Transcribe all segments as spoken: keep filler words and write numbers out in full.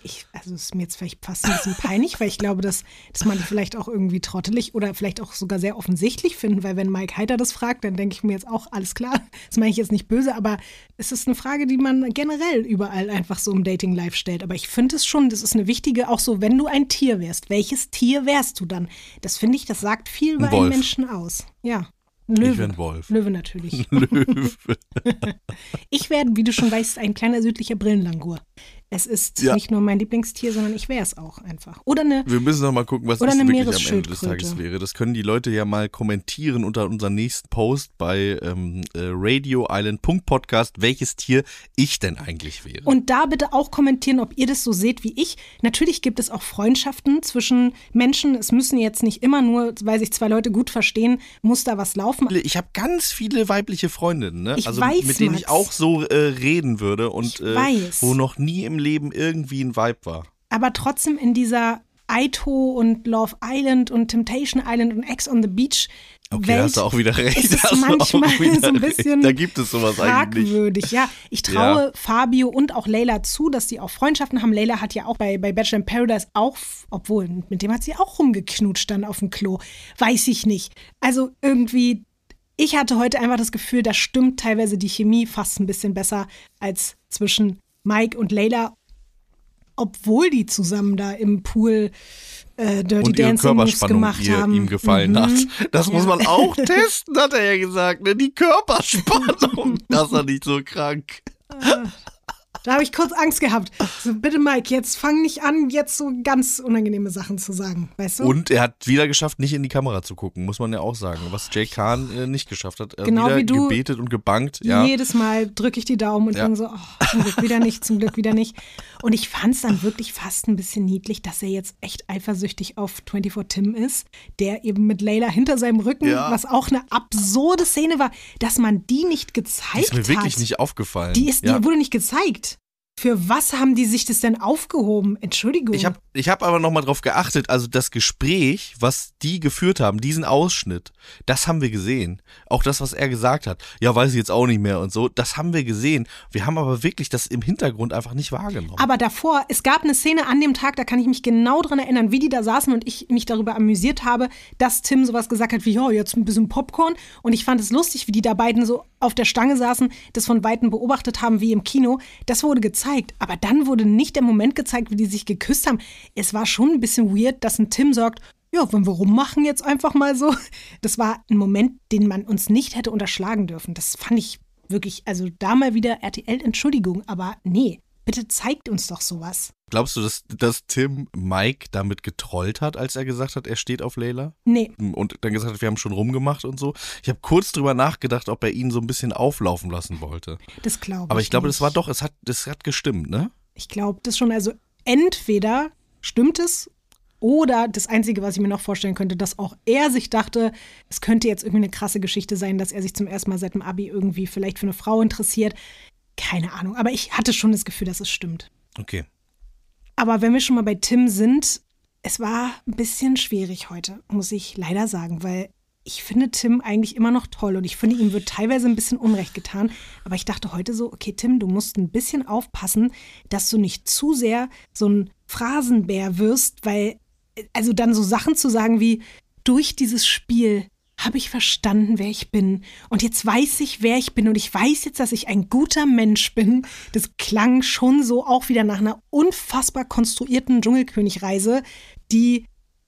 Mike, ich, also es ist mir jetzt vielleicht fast ein bisschen peinlich, weil ich glaube, dass, dass man die vielleicht auch irgendwie trottelig oder vielleicht auch sogar sehr offensichtlich finden, weil wenn Mike Heiter das fragt, dann denke ich mir jetzt auch, alles klar, das meine ich jetzt nicht böse, aber es ist eine Frage, die man generell überall einfach so im Dating-Life stellt. Aber ich finde es schon, das ist eine wichtige, auch so, wenn du ein Tier wärst, welches Tier wärst du dann? Das finde ich, das sagt viel über einen Menschen aus. Ja. Löwe. Ich wäre ein Wolf. Löwe natürlich. Löwe. Ich werde, wie du schon weißt, ein kleiner südlicher Brillenlangur. Es ist Ja. nicht nur mein Lieblingstier, sondern ich wäre es auch einfach. Oder eine, Wir müssen noch mal gucken, was Oder ich eine wirklich am Ende des Meeresschildkröte. Tages wäre. Das können die Leute ja mal kommentieren unter unserem nächsten Post bei ähm, äh, Radio Island Podcast, welches Tier ich denn eigentlich wäre. und da bitte auch kommentieren, ob ihr das so seht wie ich. Natürlich gibt es auch Freundschaften zwischen Menschen. Es müssen jetzt nicht immer nur, weil sich zwei Leute gut verstehen, muss da was laufen. Ich habe ganz viele weibliche Freundinnen, ne? Ich also weiß, mit denen Max. ich auch so äh, reden würde und Ich äh, weiß. wo noch nie im Leben irgendwie ein Vibe war. Aber trotzdem in dieser Aito und Love Island und Temptation Island und Ex on the Beach Okay, Welt hast du auch wieder recht. ist es hast du auch manchmal wieder so ein recht. bisschen Da gibt es sowas eigentlich nicht. fragwürdig. Ja, ich traue Fabio und auch Layla zu, dass die auch Freundschaften haben. Layla hat ja auch bei, bei Bachelor in Paradise auch, obwohl, mit dem hat sie auch rumgeknutscht dann auf dem Klo. Weiß ich nicht. Also irgendwie, ich hatte heute einfach das Gefühl, da stimmt teilweise die Chemie fast ein bisschen besser als zwischen Mike und Layla, obwohl die zusammen da im Pool äh, Dirty Und ihre Dancing Moves Körperspannung gemacht ihr, haben. ihm gefallen Mhm. hat. Das Ja. muss man auch testen, hat er ja gesagt. Ne? Die Körperspannung. Das ist doch nicht so krank. Da habe ich kurz Angst gehabt. So, bitte Mike, jetzt fang nicht an, jetzt so ganz unangenehme Sachen zu sagen, weißt du? Und er hat wieder geschafft, nicht in die Kamera zu gucken, muss man ja auch sagen. Was Jay Khan äh, nicht geschafft hat. Er Genau hat wieder wie du. gebetet und gebankt. Ja. Jedes Mal drücke ich die Daumen und Ja. dann so, oh, zum Glück wieder nicht, zum Glück wieder nicht. Und ich fand es dann wirklich fast ein bisschen niedlich, dass er jetzt echt eifersüchtig auf vierundzwanzig Tim ist, der eben mit Layla hinter seinem Rücken, Ja. was auch eine absurde Szene war, dass man die nicht gezeigt Die ist mir wirklich hat. nicht aufgefallen. Die, ist, ja. die wurde nicht gezeigt. Für was haben die sich das denn aufgehoben? Entschuldigung. Ich habe ich hab aber nochmal drauf geachtet, also das Gespräch, was die geführt haben, diesen Ausschnitt, das haben wir gesehen. Auch das, was er gesagt hat, ja, weiß ich jetzt auch nicht mehr und so, das haben wir gesehen. Wir haben aber wirklich das im Hintergrund einfach nicht wahrgenommen. Aber davor, es gab eine Szene an dem Tag, da kann ich mich genau dran erinnern, wie die da saßen und ich mich darüber amüsiert habe, dass Tim sowas gesagt hat wie, ja, jetzt ein bisschen Popcorn. Und ich fand es lustig, wie die da beiden so auf der Stange saßen, das von Weitem beobachtet haben wie im Kino. Das wurde gezeigt. Aber dann wurde nicht der Moment gezeigt, wie die sich geküsst haben. Es war schon ein bisschen weird, dass ein Tim sagt, ja, wollen wir rummachen jetzt einfach mal so. Das war ein Moment, den man uns nicht hätte unterschlagen dürfen. Das fand ich wirklich, also da mal wieder R T L, Entschuldigung, aber nee, bitte zeigt uns doch sowas. Glaubst du, dass, dass Tim Mike damit getrollt hat, als er gesagt hat, er steht auf Layla? Nee. Und dann gesagt hat, wir haben schon rumgemacht und so. Ich habe kurz drüber nachgedacht, ob er ihn so ein bisschen auflaufen lassen wollte. Das glaube ich Aber ich glaube, nicht. das war doch, es hat, das hat gestimmt, ne? Ich glaube das schon. Also entweder stimmt es oder das Einzige, was ich mir noch vorstellen könnte, dass auch er sich dachte, es könnte jetzt irgendwie eine krasse Geschichte sein, dass er sich zum ersten Mal seit dem Abi irgendwie vielleicht für eine Frau interessiert. Keine Ahnung. Aber ich hatte schon das Gefühl, dass es stimmt. Okay. Aber wenn wir schon mal bei Tim sind, es war ein bisschen schwierig heute, muss ich leider sagen, weil ich finde Tim eigentlich immer noch toll und ich finde, ihm wird teilweise ein bisschen Unrecht getan. Aber ich dachte heute so, okay, Tim, du musst ein bisschen aufpassen, dass du nicht zu sehr so ein Phrasenbär wirst, weil, also dann so Sachen zu sagen wie, durch dieses Spiel habe ich verstanden, wer ich bin. Und jetzt weiß ich, wer ich bin. Und ich weiß jetzt, dass ich ein guter Mensch bin. Das klang schon so auch wieder nach einer unfassbar konstruierten Dschungelkönigreise, die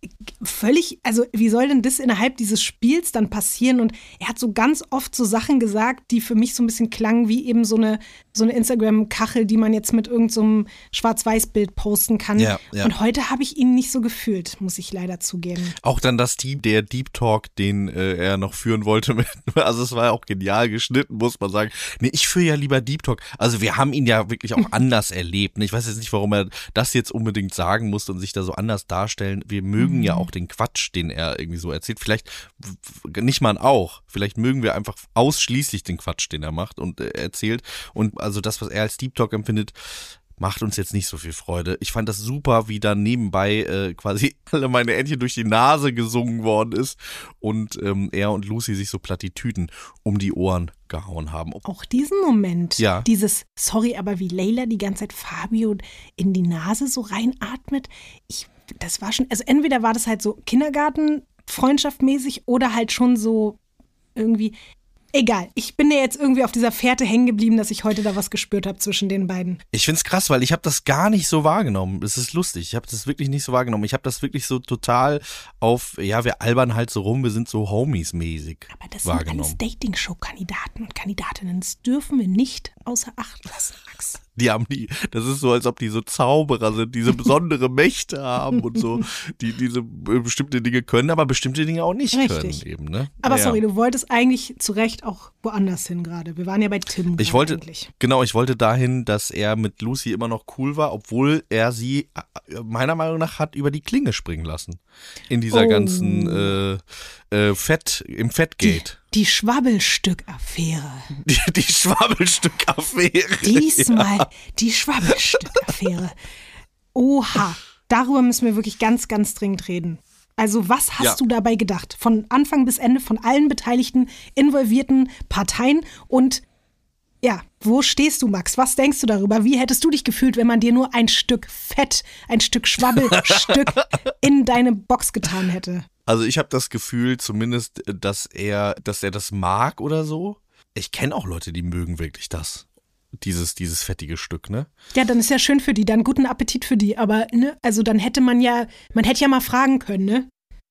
völlig, also wie soll denn das innerhalb dieses Spiels dann passieren? Und er hat so ganz oft so Sachen gesagt, die für mich so ein bisschen klangen wie eben so eine, so eine Instagram-Kachel, die man jetzt mit irgendeinem so Schwarz-Weiß-Bild posten kann. Ja, ja. Und heute habe ich ihn nicht so gefühlt, muss ich leider zugeben. Auch dann das Team, der Deep Talk, den äh, er noch führen wollte. Mit, also es war ja auch genial geschnitten, muss man sagen. Nee, ich führe ja lieber Deep Talk. Also wir haben ihn ja wirklich auch anders erlebt. Ich weiß jetzt nicht, warum er das jetzt unbedingt sagen musste und sich da so anders darstellen. Wir mögen ja auch den Quatsch, den er irgendwie so erzählt. Vielleicht nicht mal auch. Vielleicht mögen wir einfach ausschließlich den Quatsch, den er macht und äh, erzählt. Und also das, was er als Deep Talk empfindet, macht uns jetzt nicht so viel Freude. Ich fand das super, wie dann nebenbei äh, quasi alle meine Entchen durch die Nase gesungen worden ist und ähm, er und Lucy sich so Plattitüden um die Ohren gehauen haben. Auch diesen Moment, Ja. dieses, sorry, aber wie Layla die ganze Zeit Fabio in die Nase so reinatmet, ich, das war schon, also entweder war das halt so Kindergarten, freundschaftmäßig oder halt schon so irgendwie, egal. Ich bin ja jetzt irgendwie auf dieser Fährte hängen geblieben, dass ich heute da was gespürt habe zwischen den beiden. Ich find's krass, weil ich habe das gar nicht so wahrgenommen. Es ist lustig. Ich habe das wirklich nicht so wahrgenommen. Ich habe das wirklich so total auf, ja, wir albern halt so rum, wir sind so Homies-mäßig Aber das sind alles wahrgenommen. Dating-Show-Kandidaten und Kandidatinnen. Das dürfen wir nicht außer Acht lassen, Max. Die haben die, das ist so, als ob die so Zauberer sind, diese besondere Mächte haben und so, die diese äh, bestimmte Dinge können, aber bestimmte Dinge auch nicht Richtig. können eben, ne? Aber Ja. sorry, du wolltest eigentlich zu Recht auch woanders hin gerade. Wir waren ja bei Tim. Ich gerade wollte, Eigentlich. genau, ich wollte dahin, dass er mit Lucy immer noch cool war, obwohl er sie äh, meiner Meinung nach hat über die Klinge springen lassen. In dieser Oh. ganzen äh, äh, Fett, im Fettgate. Die Schwabbelstück-Affäre. Die, die Schwabbelstück-Affäre. Diesmal die Schwabbelstück-Affäre. Oha, darüber müssen wir wirklich ganz, ganz dringend reden. Also was hast Ja. du dabei gedacht? Von Anfang bis Ende, von allen beteiligten, involvierten Parteien und ja, wo stehst du, Max? Was denkst du darüber? Wie hättest du dich gefühlt, wenn man dir nur ein Stück Fett, ein Stück Schwabbelstück in deine Box getan hätte? Also ich habe das Gefühl zumindest, dass er, dass er das mag oder so. Ich kenne auch Leute, die mögen wirklich das. Dieses, dieses fettige Stück, ne? Ja, dann ist ja schön für die, dann guten Appetit für die. Aber, ne, also dann hätte man ja, man hätte ja mal fragen können, ne?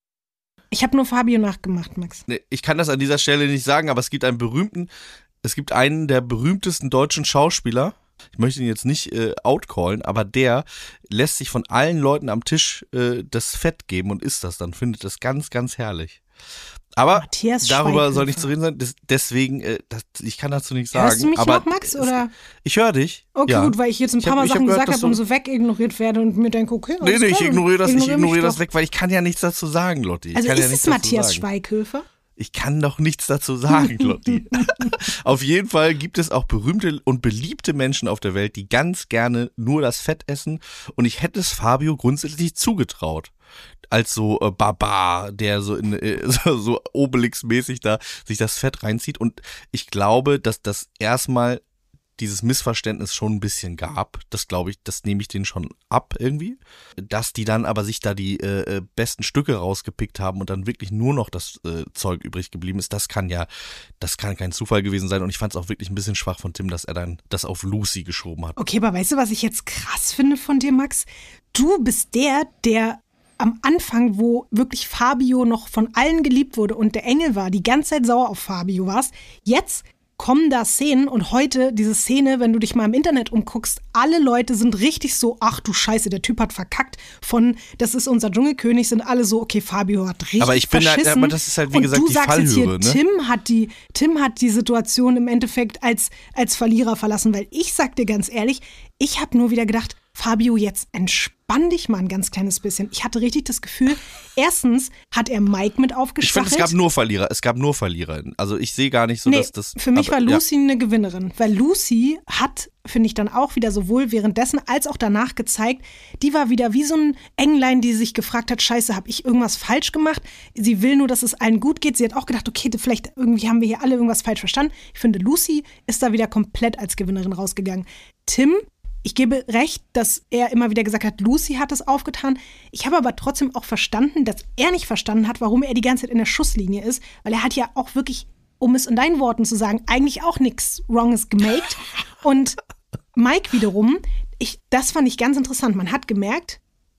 Ich habe nur Fabio nachgemacht, Max. Ne, ich kann das an dieser Stelle nicht sagen, aber es gibt einen berühmten, es gibt einen der berühmtesten deutschen Schauspieler. Ich möchte ihn jetzt nicht äh, outcallen, aber der lässt sich von allen Leuten am Tisch äh, das Fett geben und isst das dann, findet das ganz, ganz herrlich. Aber Matthias darüber soll Schweighöfer. nicht zu reden sein, des, deswegen, äh, das, ich kann dazu nichts Hörst sagen. du mich aber noch, Max, es, oder? Ich höre dich. Okay, ja. gut, weil ich jetzt ein Ich paar hab- Mal ich hab Sachen gehört, gesagt dass habe und du- so wegignoriert werde und mir denke, okay, Nee, alles nee, ich klar, ignoriere das, ich ignoriere mich ignoriere das doch. weg, weil ich kann ja nichts dazu sagen, Lotti. Ich Also kann ist ja es nichts dazu Matthias sagen. Schweighöfer? Ich kann doch nichts dazu sagen, Lotti. Auf jeden Fall gibt es auch berühmte und beliebte Menschen auf der Welt, die ganz gerne nur das Fett essen. Und ich hätte es Fabio grundsätzlich zugetraut. Als so äh, Barbar, der so, in, äh, so, so Obelix-mäßig da sich das Fett reinzieht. Und ich glaube, dass das erstmal dieses Missverständnis schon ein bisschen gab. Das glaube ich, das nehme ich denen schon ab irgendwie. Dass die dann aber sich da die äh, besten Stücke rausgepickt haben und dann wirklich nur noch das äh, Zeug übrig geblieben ist, das kann ja, das kann kein Zufall gewesen sein. Und ich fand es auch wirklich ein bisschen schwach von Tim, dass er dann das auf Lucy geschoben hat. Okay, aber weißt du, was ich jetzt krass finde von dir, Max? Du bist der, der am Anfang, wo wirklich Fabio noch von allen geliebt wurde und der Engel war, die ganze Zeit sauer auf Fabio warst. Jetzt kommen da Szenen und heute diese Szene, wenn du dich mal im Internet umguckst, alle Leute sind richtig so, ach du Scheiße, der Typ hat verkackt, von das ist unser Dschungelkönig, sind alle so, okay, Fabio hat richtig Aber ich bin halt- verschissen. aber das ist halt, wie und gesagt, du die sagst jetzt hier, Fallhöhe, ne? Tim hat die, Tim hat die Situation im Endeffekt als, als Verlierer verlassen, weil ich sag dir ganz ehrlich, ich habe nur wieder gedacht, Fabio, jetzt entspann dich mal ein ganz kleines bisschen. Ich hatte richtig das Gefühl, erstens hat er Mike mit Ich aufgestachelt. finde, es gab nur Verlierer. Es gab nur Verlierer. Also ich sehe gar nicht so, Nee, dass das. für mich aber, war ja. Lucy eine Gewinnerin, weil Lucy hat, finde ich dann auch wieder sowohl währenddessen als auch danach gezeigt, die war wieder wie so ein Englein, die sich gefragt hat, scheiße, habe ich irgendwas falsch gemacht? Sie will nur, dass es allen gut geht. Sie hat auch gedacht, okay, vielleicht irgendwie haben wir hier alle irgendwas falsch verstanden. Ich finde, Lucy ist da wieder komplett als Gewinnerin rausgegangen. Tim, ich gebe recht, dass er immer wieder gesagt hat, Lucy hat es aufgetan. Ich habe aber trotzdem auch verstanden, dass er nicht verstanden hat, warum er die ganze Zeit in der Schusslinie ist, weil er hat ja auch wirklich, um es in deinen Worten zu sagen, eigentlich auch nichts Wronges gemaked. Und Mike wiederum, ich, das fand ich ganz interessant. Man hat gemerkt,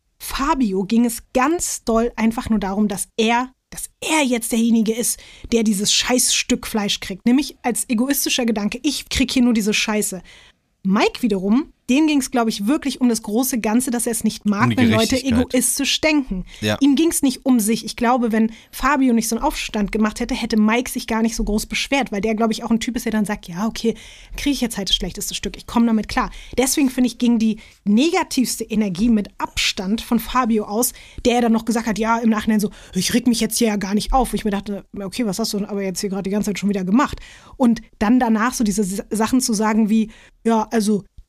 Fabio ging es ganz doll einfach nur darum, dass er, dass er jetzt derjenige ist, der dieses Scheißstück Fleisch kriegt. Nämlich als egoistischer Gedanke, ich krieg hier nur diese Scheiße. Mike wiederum, dem ging es, glaube ich, wirklich um das große Ganze, dass er es nicht mag, Um die wenn Leute Gerechtigkeit. egoistisch denken. Ja. Ihm ging es nicht um sich. Ich glaube, wenn Fabio nicht so einen Aufstand gemacht hätte, hätte Mike sich gar nicht so groß beschwert, weil der, glaube ich, auch ein Typ ist, der dann sagt, ja, okay, kriege ich jetzt halt das schlechteste Stück, ich komme damit klar. Deswegen finde ich, ging die negativste Energie mit Abstand von Fabio aus, der dann noch gesagt hat, ja, im Nachhinein so, ich reg mich jetzt hier ja gar nicht auf. Wo ich mir dachte, okay, was hast du denn aber jetzt hier gerade die ganze Zeit schon wieder gemacht? Und dann danach so diese S- Sachen zu sagen wie, ja, also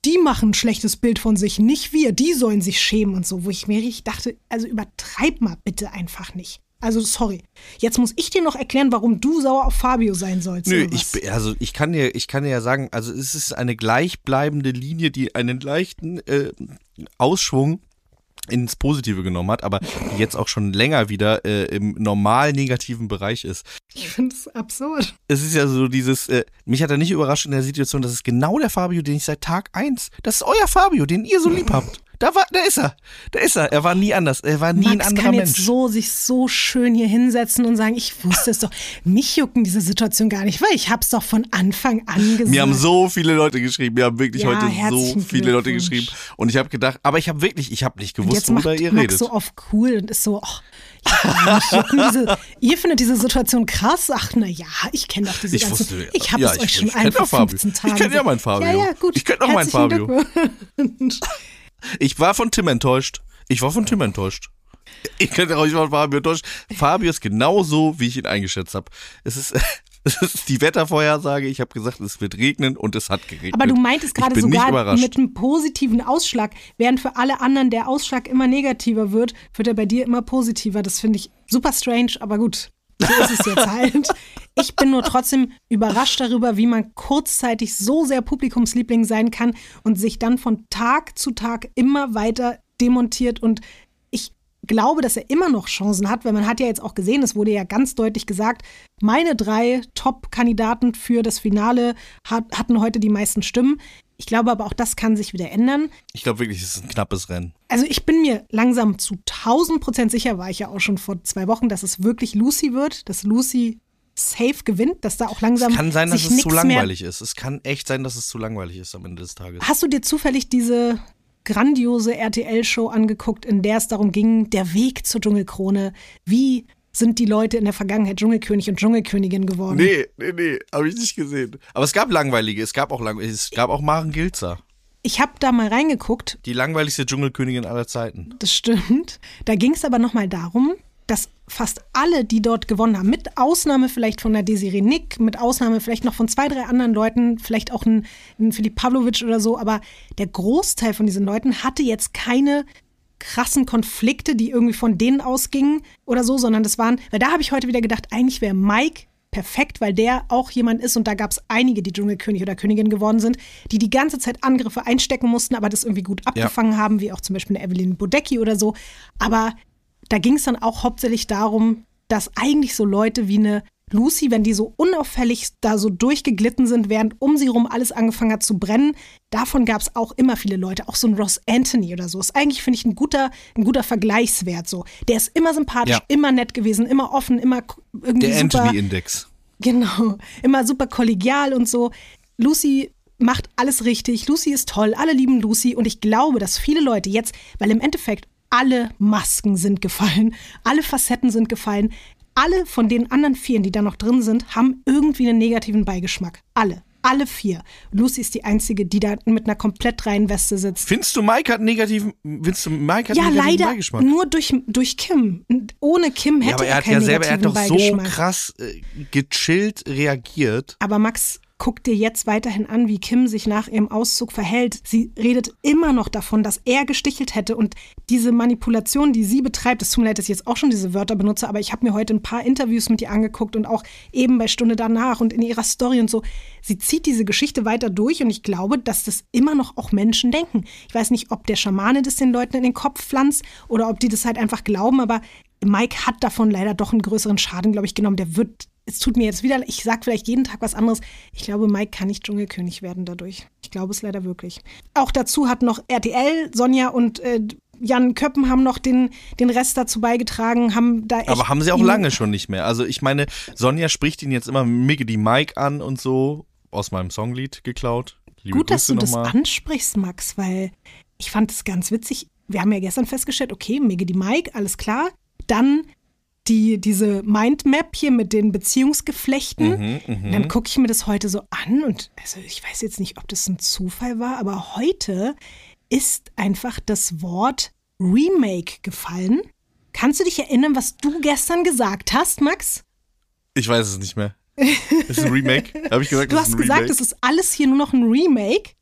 die machen ein schlechtes Bild von sich, nicht wir, die sollen sich schämen und so, wo ich mir richtig dachte, also übertreib mal bitte einfach nicht. Also sorry, jetzt muss ich dir noch erklären, warum du sauer auf Fabio sein sollst. Nö, ich, also ich kann dir, ich kann dir ja sagen, also es ist eine gleichbleibende Linie, die einen leichten äh, Ausschwung ins Positive genommen hat, aber die jetzt auch schon länger wieder äh, im normal negativen Bereich ist. Ich finde es absurd. Es ist ja so dieses, äh, mich hat er nicht überrascht in der Situation, das ist genau der Fabio, den ich seit Tag eins, das ist euer Fabio, den ihr so lieb habt. Da war, da ist er, da ist er, er war nie anders, er war nie Max ein anderer kann Mensch. jetzt so, sich so schön hier hinsetzen und sagen, ich wusste es doch, mich jucken diese Situation gar nicht, weil ich hab's doch von Anfang an gesagt. Mir haben so viele Leute geschrieben, mir haben wirklich Ja, heute so herzlichen viele Leute Glückwunsch. geschrieben und ich habe gedacht, aber ich habe wirklich, ich habe nicht Und gewusst, jetzt macht worüber ihr Max redet. so auf cool und ist so, ach, ja, mich jucken diese, ihr findet diese Situation krass, ach na ja, ich kenne doch diese Ich ganze, wusste, ich habe ja, es ich- euch schon ich kenn einfach doch Fabio. fünfzehn Ich Tage. kenn ja meinen Fabio. Ja, ja, gut. Ich kenn doch meinen Herzlichen Fabio. Glückwunsch. Ich war von Tim enttäuscht. Ich war von Tim enttäuscht. Ich könnte auch, ich war von Fabio enttäuscht. Fabio ist genauso, wie ich ihn eingeschätzt habe. Es ist, es ist die Wettervorhersage. Ich habe gesagt, es wird regnen und es hat geregnet. Aber du meintest gerade Ich bin nicht sogar überrascht. mit einem positiven Ausschlag, während für alle anderen der Ausschlag immer negativer wird, wird er bei dir immer positiver. Das finde ich super strange, aber gut. So ist es jetzt halt. Ich bin nur trotzdem überrascht darüber, wie man kurzzeitig so sehr Publikumsliebling sein kann und sich dann von Tag zu Tag immer weiter demontiert. Und ich glaube, dass er immer noch Chancen hat, weil man hat ja jetzt auch gesehen, es wurde ja ganz deutlich gesagt, meine drei Top-Kandidaten für das Finale hat, hatten heute die meisten Stimmen. Ich glaube aber auch, das kann sich wieder ändern. Ich glaube wirklich, es ist ein knappes Rennen. Also ich bin mir langsam zu tausend Prozent sicher, war ich ja auch schon vor zwei Wochen, dass es wirklich Lucy wird, dass Lucy safe gewinnt, dass da auch langsam Es kann sein, dass sich es nix zu langweilig ist. Es kann echt sein, dass es zu langweilig ist am Ende des Tages. Mehr. Hast du dir zufällig diese grandiose R T L-Show angeguckt, in der es darum ging, der Weg zur Dschungelkrone? Wie sind die Leute in der Vergangenheit Dschungelkönig und Dschungelkönigin geworden? Nee, nee, nee, habe ich nicht gesehen. Aber es gab langweilige, es gab auch langweilige, es gab auch Maren Gilzer. Ich habe da mal reingeguckt. Die langweiligste Dschungelkönigin aller Zeiten. Das stimmt. Da ging es aber nochmal darum, dass fast alle, die dort gewonnen haben, mit Ausnahme vielleicht von der Desiree Nick, mit Ausnahme vielleicht noch von zwei, drei anderen Leuten, vielleicht auch ein, ein Filip Pavlovic oder so, aber der Großteil von diesen Leuten hatte jetzt keine krassen Konflikte, die irgendwie von denen ausgingen oder so, sondern das waren, weil da habe ich heute wieder gedacht, eigentlich wäre Mike perfekt, weil der auch jemand ist und da gab es einige, die Dschungelkönig oder Königin geworden sind, die die ganze Zeit Angriffe einstecken mussten, aber das irgendwie gut abgefangen ja. haben, wie auch zum Beispiel eine Evelyn Bodecki oder so, aber da ging es dann auch hauptsächlich darum, dass eigentlich so Leute wie eine Lucy, wenn die so unauffällig da so durchgeglitten sind, während um sie rum alles angefangen hat zu brennen, davon gab es auch immer viele Leute, auch so ein Ross Anthony oder so. Ist eigentlich, finde ich, ein guter, ein guter Vergleichswert so. Der ist immer sympathisch, ja. immer nett gewesen, immer offen, immer irgendwie Der super. Anthony-Index. Genau, immer super kollegial und so. Lucy macht alles richtig, Lucy ist toll, alle lieben Lucy und ich glaube, dass viele Leute jetzt, weil im Endeffekt alle Masken sind gefallen, alle Facetten sind gefallen, alle von den anderen Vieren, die da noch drin sind, haben irgendwie einen negativen Beigeschmack. Alle. Alle vier. Lucy ist die Einzige, die da mit einer komplett reinen Weste sitzt. Findest du, Mike hat negativen, findest du, Mike hat ja, negativen leider Beigeschmack? nur durch, durch Kim. Ohne Kim hätte ja, aber er er hat keinen ja selber, er hat negativen doch so Beigeschmack. krass äh, gechillt reagiert. Aber Max, guck dir jetzt weiterhin an, wie Kim sich nach ihrem Auszug verhält. Sie redet immer noch davon, dass er gestichelt hätte und diese Manipulation, die sie betreibt, es tut mir leid, dass ich jetzt auch schon diese Wörter benutze, aber ich habe mir heute ein paar Interviews mit ihr angeguckt und auch eben bei Stunde danach und in ihrer Story und so. Sie zieht diese Geschichte weiter durch und ich glaube, dass das immer noch auch Menschen denken. Ich weiß nicht, ob der Schamane das den Leuten in den Kopf pflanzt oder ob die das halt einfach glauben, aber Mike hat davon leider doch einen größeren Schaden, glaube ich, genommen. Der wird Es tut mir jetzt wieder, ich sag vielleicht jeden Tag was anderes. Ich glaube, Mike kann nicht Dschungelkönig werden dadurch. Ich glaube es leider wirklich. Auch dazu hat noch R T L, Sonja und äh, Jan Köppen haben noch den, den Rest dazu beigetragen, haben da echt. Aber haben sie auch lange schon nicht mehr. Also ich meine, Sonja spricht ihn jetzt immer Miggity Mike an und so, aus meinem Songlied geklaut. Liebe Gut, dass Grüße du das nochmal. ansprichst, Max, weil ich fand es ganz witzig. Wir haben ja gestern festgestellt, okay, Miggity Mike, alles klar. Dann Die, diese Mindmap hier mit den Beziehungsgeflechten, Mhm, mh. dann gucke ich mir das heute so an und also ich weiß jetzt nicht, ob das ein Zufall war, aber heute ist einfach das Wort Remake gefallen. Kannst du dich erinnern, was du gestern gesagt hast, Max? Ich weiß es nicht mehr. Ist es ein Remake? Habe ich gesagt, Du das ist hast ein gesagt, Remake? es ist alles hier nur noch ein Remake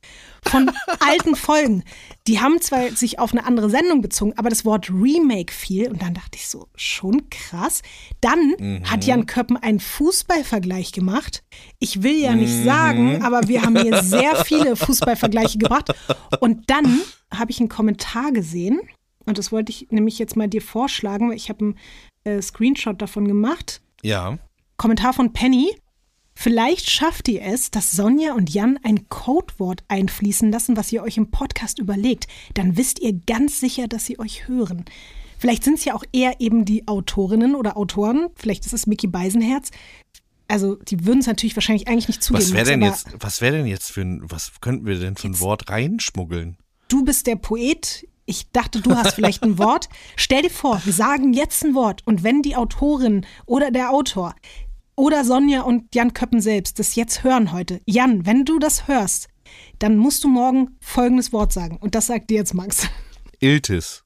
von alten Folgen. Die haben zwar sich auf eine andere Sendung bezogen, aber das Wort Remake fiel. Und dann dachte ich so, schon krass. Dann mhm. hat Jan Köppen einen Fußballvergleich gemacht. Ich will ja nicht mhm. sagen, aber wir haben hier sehr viele Fußballvergleiche gebracht. Und dann habe ich einen Kommentar gesehen. Und das wollte ich nämlich jetzt mal dir vorschlagen, weil ich habe einen äh, Screenshot davon gemacht. Ja. Kommentar von Penny. Vielleicht schafft ihr es, dass Sonja und Jan ein Codewort einfließen lassen, was ihr euch im Podcast überlegt. Dann wisst ihr ganz sicher, dass sie euch hören. Vielleicht sind es ja auch eher eben die Autorinnen oder Autoren. Vielleicht ist es Micky Beisenherz. Also die würden es natürlich wahrscheinlich eigentlich nicht zugeben. Was wäre denn jetzt, was wäre denn jetzt für ein, was könnten wir denn für ein Wort reinschmuggeln? Du bist der Poet. Ich dachte, du hast vielleicht ein Wort. Stell dir vor, wir sagen jetzt ein Wort. Und wenn die Autorin oder der Autor oder Sonja und Jan Köppen selbst das jetzt hören heute. Jan, wenn du das hörst, dann musst du morgen folgendes Wort sagen. Und das sagt dir jetzt Max. Iltis.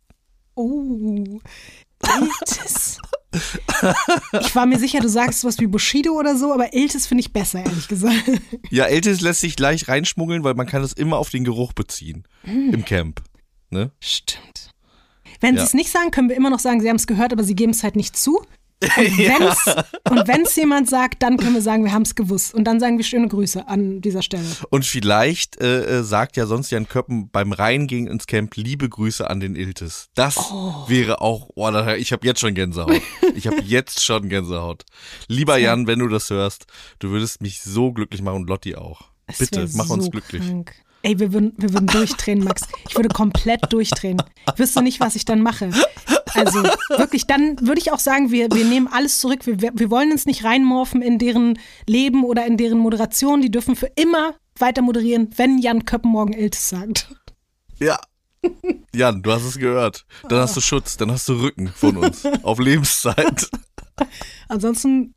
Oh, Iltis. Ich war mir sicher, du sagst was wie Bushido oder so, aber Iltis finde ich besser, ehrlich gesagt. Ja, Iltis lässt sich leicht reinschmuggeln, weil man kann es immer auf den Geruch beziehen. Mm. Im Camp. Ne? Stimmt. Wenn ja. sie es nicht sagen, können wir immer noch sagen, sie haben es gehört, aber sie geben es halt nicht zu. Und wenn es ja. jemand sagt, dann können wir sagen, wir haben es gewusst. Und dann sagen wir schöne Grüße an dieser Stelle. Und vielleicht äh, sagt ja sonst Jan Köppen beim Reingehen ins Camp liebe Grüße an den Iltis. Das oh. wäre auch, oh, ich habe jetzt schon Gänsehaut. Ich habe jetzt schon Gänsehaut. Lieber Jan, wenn du das hörst, du würdest mich so glücklich machen und Lotti auch. Es Bitte, mach so uns glücklich. Krank. Ey, wir würden, wir würden durchdrehen, Max. Ich würde komplett durchdrehen. Ich wüsste nicht, was ich dann mache. Also wirklich, dann würde ich auch sagen, wir, wir nehmen alles zurück. Wir, wir wollen uns nicht reinmorphen in deren Leben oder in deren Moderation. Die dürfen für immer weiter moderieren, wenn Jan Köppen morgen Iltis sagt. Ja. Jan, du hast es gehört. Dann hast du Schutz, dann hast du Rücken von uns. Auf Lebenszeit. Ansonsten,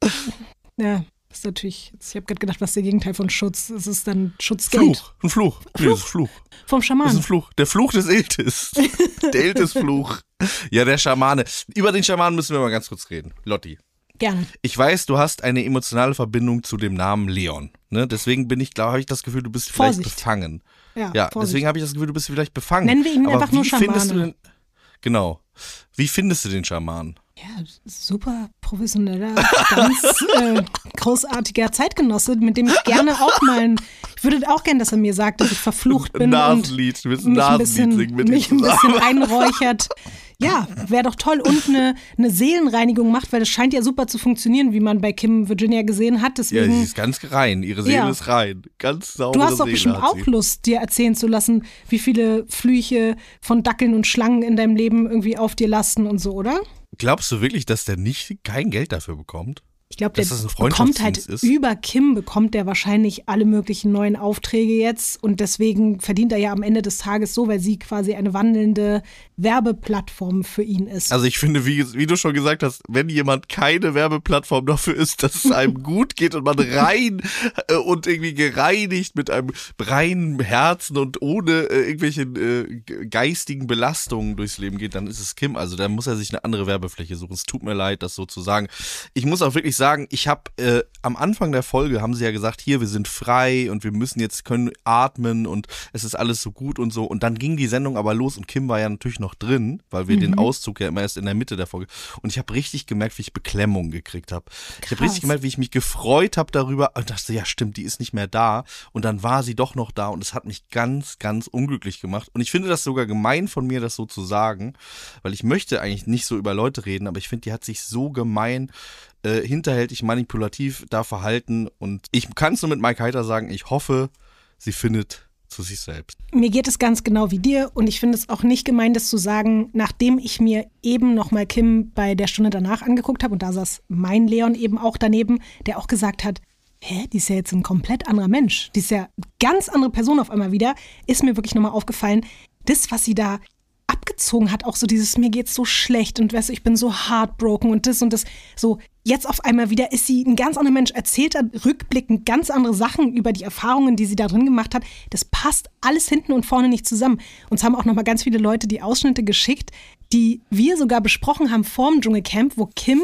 ja. Das ist natürlich, ich habe gerade gedacht, was ist der Gegenteil von Schutz? Es ist dann Schutzgeld. Fluch, ein Fluch. Nee, das ist Fluch. Vom Schaman. Das ist ein Fluch. Der Fluch des Iltis. Der Iltis-Fluch. Ja, der Schamane. Über den Schamanen müssen wir mal ganz kurz reden. Lotti. Gerne. Ich weiß, du hast eine emotionale Verbindung zu dem Namen Leon. Ne? Deswegen bin ich, glaube habe ich das Gefühl, du bist vielleicht Vorsicht. befangen. Ja, ja deswegen habe ich das Gefühl, du bist vielleicht befangen. Nennen wir ihn Aber einfach nur Schamane. Genau. Wie findest du den Schaman? Ja, super professioneller, ganz äh, großartiger Zeitgenosse, mit dem ich gerne auch mal ein, ich würde auch gerne, dass er mir sagt, dass ich verflucht bin Nasenlied, und ein mich, ein bisschen, mit mich ein bisschen einräuchert. Ja, wäre doch toll und eine, eine Seelenreinigung macht, weil das scheint ja super zu funktionieren, wie man bei Kim Virginia gesehen hat. Deswegen, ja, sie ist ganz rein, ihre Seele ja. ist rein, ganz saubere Du hast doch Seele bestimmt auch Lust, dir erzählen zu lassen, wie viele Flüche von Dackeln und Schlangen in deinem Leben irgendwie auf dir lasten und so, oder? Glaubst du wirklich, dass der nicht kein Geld dafür bekommt? Ich glaube, der bekommt halt ist? über Kim bekommt der wahrscheinlich alle möglichen neuen Aufträge jetzt und deswegen verdient er ja am Ende des Tages so, weil sie quasi eine wandelnde Werbeplattform für ihn ist. Also ich finde, wie, wie du schon gesagt hast, wenn jemand keine Werbeplattform dafür ist, dass es einem gut geht und man rein äh, und irgendwie gereinigt mit einem reinen Herzen und ohne äh, irgendwelche äh, geistigen Belastungen durchs Leben geht, dann ist es Kim. Also da muss er sich eine andere Werbefläche suchen. Es tut mir leid, das so zu sagen. Ich muss auch wirklich sagen, ich habe äh, am Anfang der Folge haben sie ja gesagt, hier, wir sind frei und wir müssen jetzt, können atmen und es ist alles so gut und so. Und dann ging die Sendung aber los und Kim war ja natürlich noch drin, weil wir mhm. den Auszug ja immer erst in der Mitte der Folge. Und ich habe richtig gemerkt, wie ich Beklemmung gekriegt habe. Ich habe richtig gemerkt, wie ich mich gefreut habe darüber und dachte, ja stimmt, die ist nicht mehr da. Und dann war sie doch noch da und es hat mich ganz, ganz unglücklich gemacht. Und ich finde das sogar gemein von mir, das so zu sagen, weil ich möchte eigentlich nicht so über Leute reden, aber ich finde, die hat sich so gemein Äh, hinterhältig, manipulativ da verhalten und ich kann es nur mit Mike Heiter sagen, ich hoffe, sie findet zu sich selbst. Mir geht es ganz genau wie dir und ich finde es auch nicht gemein, das zu sagen, nachdem ich mir eben nochmal Kim bei der Stunde danach angeguckt habe und da saß mein Leon eben auch daneben, der auch gesagt hat, hä, die ist ja jetzt ein komplett anderer Mensch, die ist ja eine ganz andere Person auf einmal wieder, ist mir wirklich nochmal aufgefallen, das, was sie da abgezogen hat, auch so dieses, mir geht's so schlecht und weißt du, ich bin so heartbroken und das und das, so jetzt auf einmal wieder ist sie ein ganz anderer Mensch, erzählt dann rückblickend ganz andere Sachen über die Erfahrungen, die sie da drin gemacht hat. Das passt alles hinten und vorne nicht zusammen. Uns haben auch nochmal ganz viele Leute die Ausschnitte geschickt, die wir sogar besprochen haben vorm Dschungelcamp, wo Kim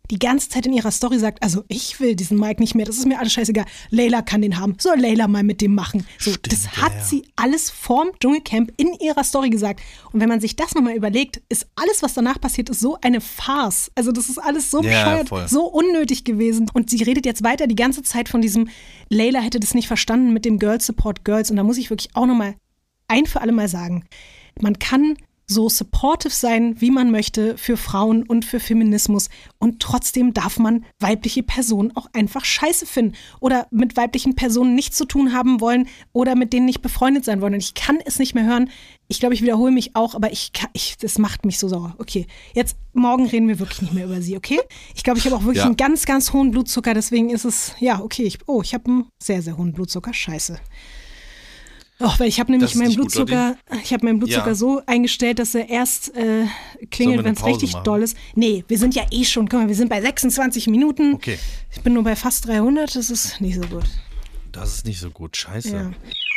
die ganze Zeit in ihrer Story sagt, also ich will diesen Mike nicht mehr, das ist mir alles scheißegal. Layla kann den haben, soll Layla mal mit dem machen. So, Stimmt, das hat ja, ja. sie alles vorm Dschungelcamp in ihrer Story gesagt. Und wenn man sich das nochmal überlegt, ist alles, was danach passiert ist, so eine Farce. Also das ist alles so Ja, bescheuert, voll. so unnötig gewesen. Und sie redet jetzt weiter die ganze Zeit von diesem, Layla hätte das nicht verstanden mit dem Girls Support Girls. Und da muss ich wirklich auch nochmal ein für alle Mal sagen, man kann so supportive sein, wie man möchte, für Frauen und für Feminismus. Und trotzdem darf man weibliche Personen auch einfach scheiße finden oder mit weiblichen Personen nichts zu tun haben wollen oder mit denen nicht befreundet sein wollen. Und ich kann es nicht mehr hören. Ich glaube, ich wiederhole mich auch, aber ich, kann, ich das macht mich so sauer. Okay, jetzt morgen reden wir wirklich nicht mehr über sie, okay? Ich glaube, ich habe auch wirklich Ja. einen ganz, ganz hohen Blutzucker. Deswegen ist es, ja, okay. Ich, oh, ich habe einen sehr, sehr hohen Blutzucker. Scheiße. Oh, weil ich habe nämlich Das ist meinen nicht gut, Blutzucker, ich habe meinen Blutzucker Ja. so eingestellt, dass er erst äh, Sollen wir klingelt, eine wenn es Pause richtig machen? doll ist. Nee, wir sind ja eh schon, guck mal, wir sind bei sechsundzwanzig Minuten. Okay. Ich bin nur bei fast dreihundert, das ist nicht so gut. Das ist nicht so gut. Scheiße. Ja.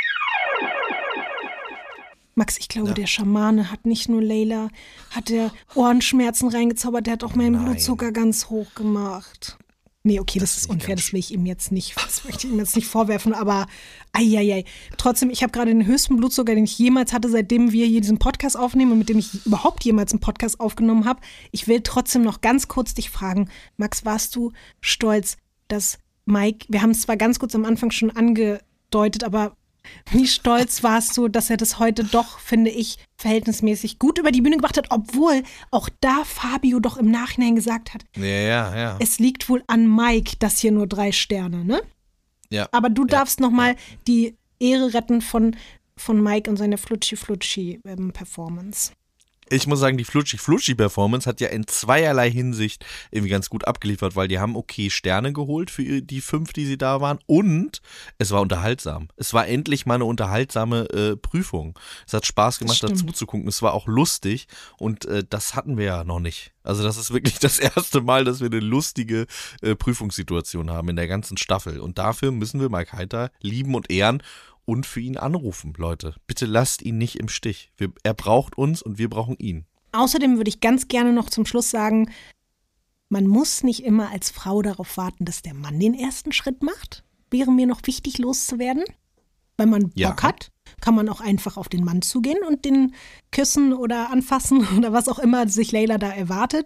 Max, ich glaube, Ja. der Schamane hat nicht nur Layla, hat der Ohrenschmerzen reingezaubert, der hat auch meinen Nein. Blutzucker ganz hoch gemacht. Nee, okay, das, Das ist ist unfair, ganz das will ich ihm jetzt nicht, das möchte ich ihm jetzt nicht vorwerfen, aber eieiei. Trotzdem, ich habe gerade den höchsten Blutzucker, den ich jemals hatte, seitdem wir hier diesen Podcast aufnehmen und mit dem ich überhaupt jemals einen Podcast aufgenommen habe. Ich will trotzdem noch ganz kurz dich fragen, Max, warst du stolz, dass Mike, wir haben es zwar ganz kurz am Anfang schon angedeutet, aber wie stolz warst du, dass er das heute doch, finde ich, verhältnismäßig gut über die Bühne gebracht hat, obwohl auch da Fabio doch im Nachhinein gesagt hat, Ja, ja, ja. es liegt wohl an Mike, dass hier nur drei Sterne, ne? ja. Aber du Ja. darfst nochmal die Ehre retten von, von Mike und seiner Flutschi-Flutschi-Performance. Ich muss sagen, die Flutschi-Flutschi-Performance hat ja in zweierlei Hinsicht irgendwie ganz gut abgeliefert, weil die haben okay Sterne geholt für ihr- die fünf, die sie da waren, und es war unterhaltsam. Es war endlich mal eine unterhaltsame äh, Prüfung. Es hat Spaß gemacht, Das stimmt. dazu zu gucken. Es war auch lustig und äh, das hatten wir ja noch nicht. Also das ist wirklich das erste Mal, dass wir eine lustige äh, Prüfungssituation haben in der ganzen Staffel. Und dafür müssen wir Mike Heiter lieben und ehren und für ihn anrufen, Leute. Bitte lasst ihn nicht im Stich. Wir, er braucht uns und wir brauchen ihn. Außerdem würde ich ganz gerne noch zum Schluss sagen, man muss nicht immer als Frau darauf warten, dass der Mann den ersten Schritt macht. Wäre mir noch wichtig, loszuwerden. Wenn man Ja. Bock hat, kann man auch einfach auf den Mann zugehen und den küssen oder anfassen oder was auch immer sich Layla da erwartet.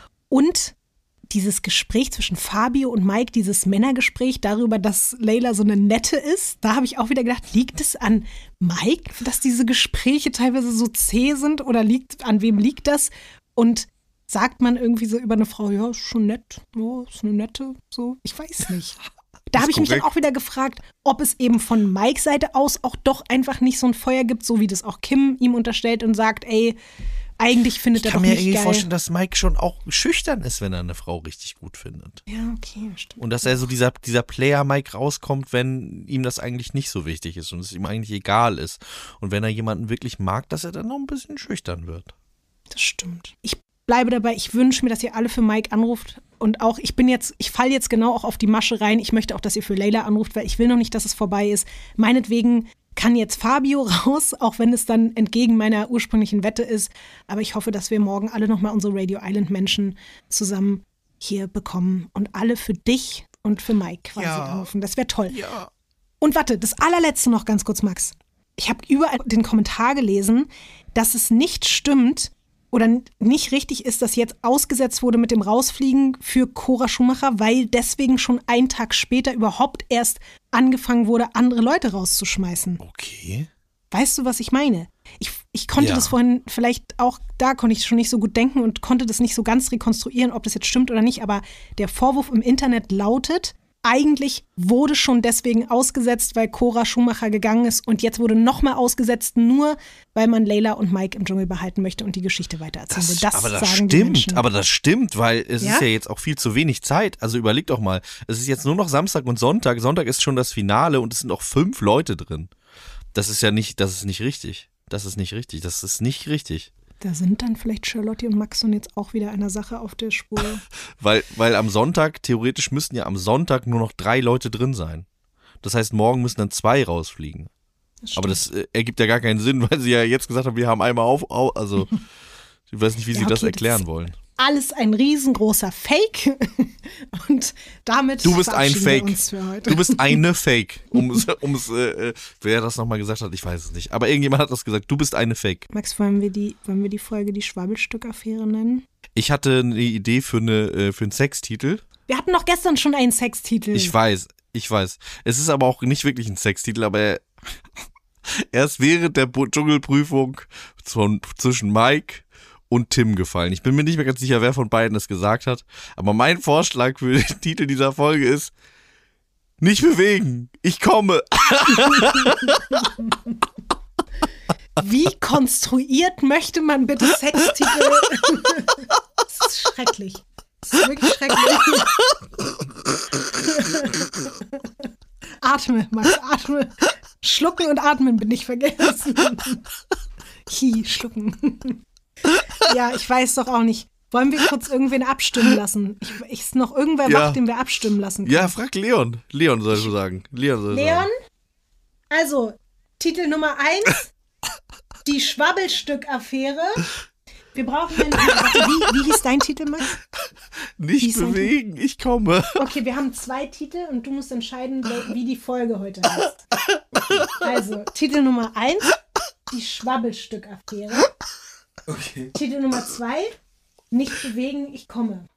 Und dieses Gespräch zwischen Fabio und Mike, dieses Männergespräch darüber, dass Layla so eine Nette ist, da habe ich auch wieder gedacht, liegt es an Mike, dass diese Gespräche teilweise so zäh sind, oder liegt, an wem liegt das? Und sagt man irgendwie so über eine Frau, ja, ist schon nett, ja, ist eine Nette, so, ich weiß nicht. Da Ist habe ich mich dann korrekt. auch wieder gefragt, ob es eben von Mikes Seite aus auch doch einfach nicht so ein Feuer gibt, so wie das auch Kim ihm unterstellt und sagt, ey, eigentlich findet Ich er kann doch mir nicht irgendwie geil. vorstellen, dass Mike schon auch schüchtern ist, wenn er eine Frau richtig gut findet. Ja, okay, stimmt. Und dass er so dieser, dieser Player-Mike rauskommt, wenn ihm das eigentlich nicht so wichtig ist und es ihm eigentlich egal ist. Und wenn er jemanden wirklich mag, dass er dann noch ein bisschen schüchtern wird. Das stimmt. Ich bleibe dabei, ich wünsche mir, dass ihr alle für Mike anruft. Und auch, ich bin jetzt, ich falle jetzt genau auch auf die Masche rein. Ich möchte auch, dass ihr für Layla anruft, weil ich will noch nicht, dass es vorbei ist. Meinetwegen kann jetzt Fabio raus, auch wenn es dann entgegen meiner ursprünglichen Wette ist. Aber ich hoffe, dass wir morgen alle nochmal unsere Radio Island Menschen zusammen hier bekommen und alle für dich und für Mike quasi Ja. anrufen. Das wäre toll. Ja. Und warte, das allerletzte noch ganz kurz, Max. Ich habe überall den Kommentar gelesen, dass es nicht stimmt oder n- nicht richtig ist, dass jetzt ausgesetzt wurde mit dem Rausfliegen für Cora Schumacher, weil deswegen schon einen Tag später überhaupt erst angefangen wurde, andere Leute rauszuschmeißen. Okay. Weißt du, was ich meine? Ich, ich konnte Ja. das vorhin vielleicht auch, da konnte ich schon nicht so gut denken und konnte das nicht so ganz rekonstruieren, ob das jetzt stimmt oder nicht, aber der Vorwurf im Internet lautet, eigentlich wurde schon deswegen ausgesetzt, weil Cora Schumacher gegangen ist, und jetzt wurde nochmal ausgesetzt, nur weil man Layla und Mike im Dschungel behalten möchte und die Geschichte weitererzählen will. Das, Das aber das sagen die stimmt, Menschen. aber das stimmt, weil es Ja? ist ja jetzt auch viel zu wenig Zeit. Also überleg doch mal, es ist jetzt nur noch Samstag und Sonntag. Sonntag ist schon das Finale und es sind auch fünf Leute drin. Das ist ja nicht, das ist nicht richtig. Das ist nicht richtig. Das ist nicht richtig. Da sind dann vielleicht Charlotte und Maxon jetzt auch wieder einer Sache auf der Spur. Weil, weil am Sonntag, theoretisch müssten ja am Sonntag nur noch drei Leute drin sein. Das heißt, morgen müssen dann zwei rausfliegen. Das Aber stimmt. das äh, ergibt ja gar keinen Sinn, weil sie ja jetzt gesagt haben, wir haben einmal auf, au, also ich weiß nicht, wie sie Ja, das okay, erklären das- wollen. alles ein riesengroßer Fake. Und damit Du bist ein verabschieden Fake. wir uns für heute. Du bist eine Fake. Um's, um's, äh, wer das nochmal gesagt hat, ich weiß es nicht. Aber irgendjemand hat das gesagt. Du bist eine Fake. Max, wollen wir die, wollen wir die Folge die Schwabbelstück-Affäre nennen? Ich hatte eine Idee für, eine, äh, für einen Sextitel. Wir hatten doch gestern schon einen Sextitel. Ich weiß, ich weiß. Es ist aber auch nicht wirklich ein Sextitel, aber er, erst während der Dschungelprüfung von, zwischen Mike und Tim gefallen. Ich bin mir nicht mehr ganz sicher, wer von beiden das gesagt hat, aber mein Vorschlag für den Titel dieser Folge ist: Nicht bewegen, ich komme. Wie konstruiert möchte man bitte Sextitel? Das ist schrecklich. Das ist wirklich schrecklich. Atme, Max, atme. Schlucken und atmen bin ich vergessen. Hi, schlucken. Ja, ich weiß doch auch nicht. Wollen wir kurz irgendwen abstimmen lassen? Ich, ich ist noch irgendwer Ja. wach, den wir abstimmen lassen können. Ja, frag Leon. Leon soll so sagen. Leon soll Leon? sagen. Also, Titel Nummer eins, die Schwabbelstück-Affäre. Wir brauchen einen. Warte, wie, wie hieß dein Titel, Max? Nicht Wie ist dein bewegen, ich komme. Okay, wir haben zwei Titel und du musst entscheiden, wie die Folge heute heißt. Also, Titel Nummer eins, die Schwabbelstück-Affäre. Okay. Titel Nummer zwei, nicht bewegen, ich komme.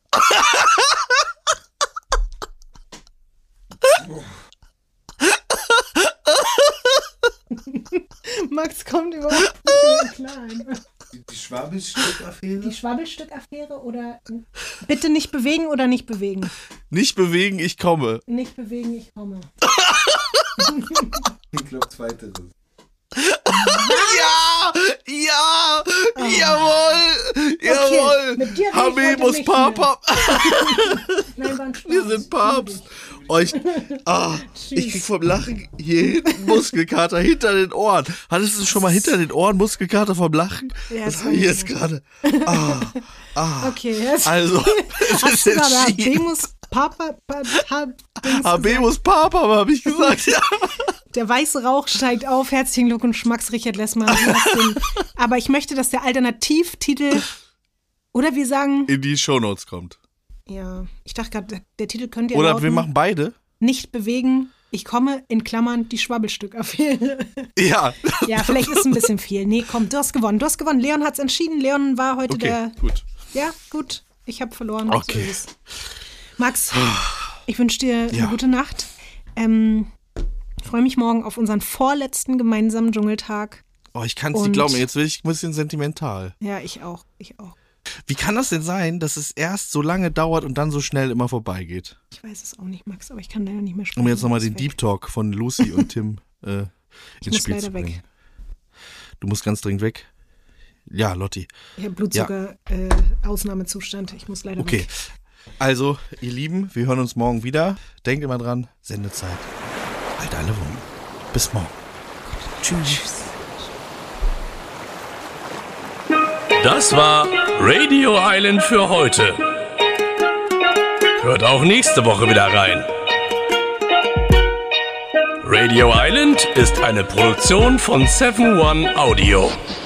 Max kommt überhaupt nicht mehr klar. Die Schwabbelstück-Affäre? Die Schwabbelstück-Affäre oder bitte nicht bewegen oder nicht bewegen? Nicht bewegen, ich komme. Nicht bewegen, ich komme. Ich glaube, zweiteres. Ja! Ja! Jawohl! Jawohl! mit dir rede ich Habimus heute nicht Papa! Nein, war ein Spaß. Wir sind Papst! Oh, ich, ah, ich krieg vom Lachen hier hinten Muskelkater hinter den Ohren. Hattest du schon mal hinter den Ohren Muskelkater vom Lachen? Ja, das das habe ich war jetzt gerade. Ah, ah. Okay, jetzt. Also, es Hast ist du gerade entschieden. Habemus Papa, pa, pa, Dings Habemus Papa, habe ich gesagt. Ja. Der weiße Rauch steigt auf. Herzlichen Glückwunsch, Max Richard Lessmann. Du hast den, aber ich möchte, dass der Alternativtitel, oder wir sagen, In die Shownotes kommt. ja, ich dachte gerade, der, der Titel könnte ja Oder lauten, wir machen beide. nicht bewegen, ich komme, in Klammern, die Schwabbelstück-Affäre. Ja. Ja, vielleicht ist es ein bisschen viel. Nee, komm, du hast gewonnen. Du hast gewonnen. Leon hat es entschieden. Leon war heute Okay, der, gut. ja, gut, ich habe verloren. Okay. So ist es. Max, ich wünsche dir Ja. eine gute Nacht. Ähm, ich freue mich morgen auf unseren vorletzten gemeinsamen Dschungeltag. Oh, ich kann es Und- nicht glauben. Jetzt bin ich ein bisschen sentimental. Ja, ich auch. Ich auch. Wie kann das denn sein, dass es erst so lange dauert und dann so schnell immer vorbeigeht? Ich weiß es auch nicht, Max, aber ich kann leider nicht mehr sprechen. Um jetzt nochmal Ich den muss weg. Deep Talk von Lucy und Tim äh, Ich ins muss Spiel leider zu weg. bringen. Du musst ganz dringend weg. Ja, Lotti. Ich habe Blutzucker, äh, Ausnahmezustand. Ich muss leider Okay. weg. Also, ihr Lieben, wir hören uns morgen wieder. Denkt immer dran, Sendezeit. Halt alle Wunden. Bis morgen. Tschüss. Das war Radio Island für heute. Hört auch nächste Woche wieder rein. Radio Island ist eine Produktion von seven one Audio.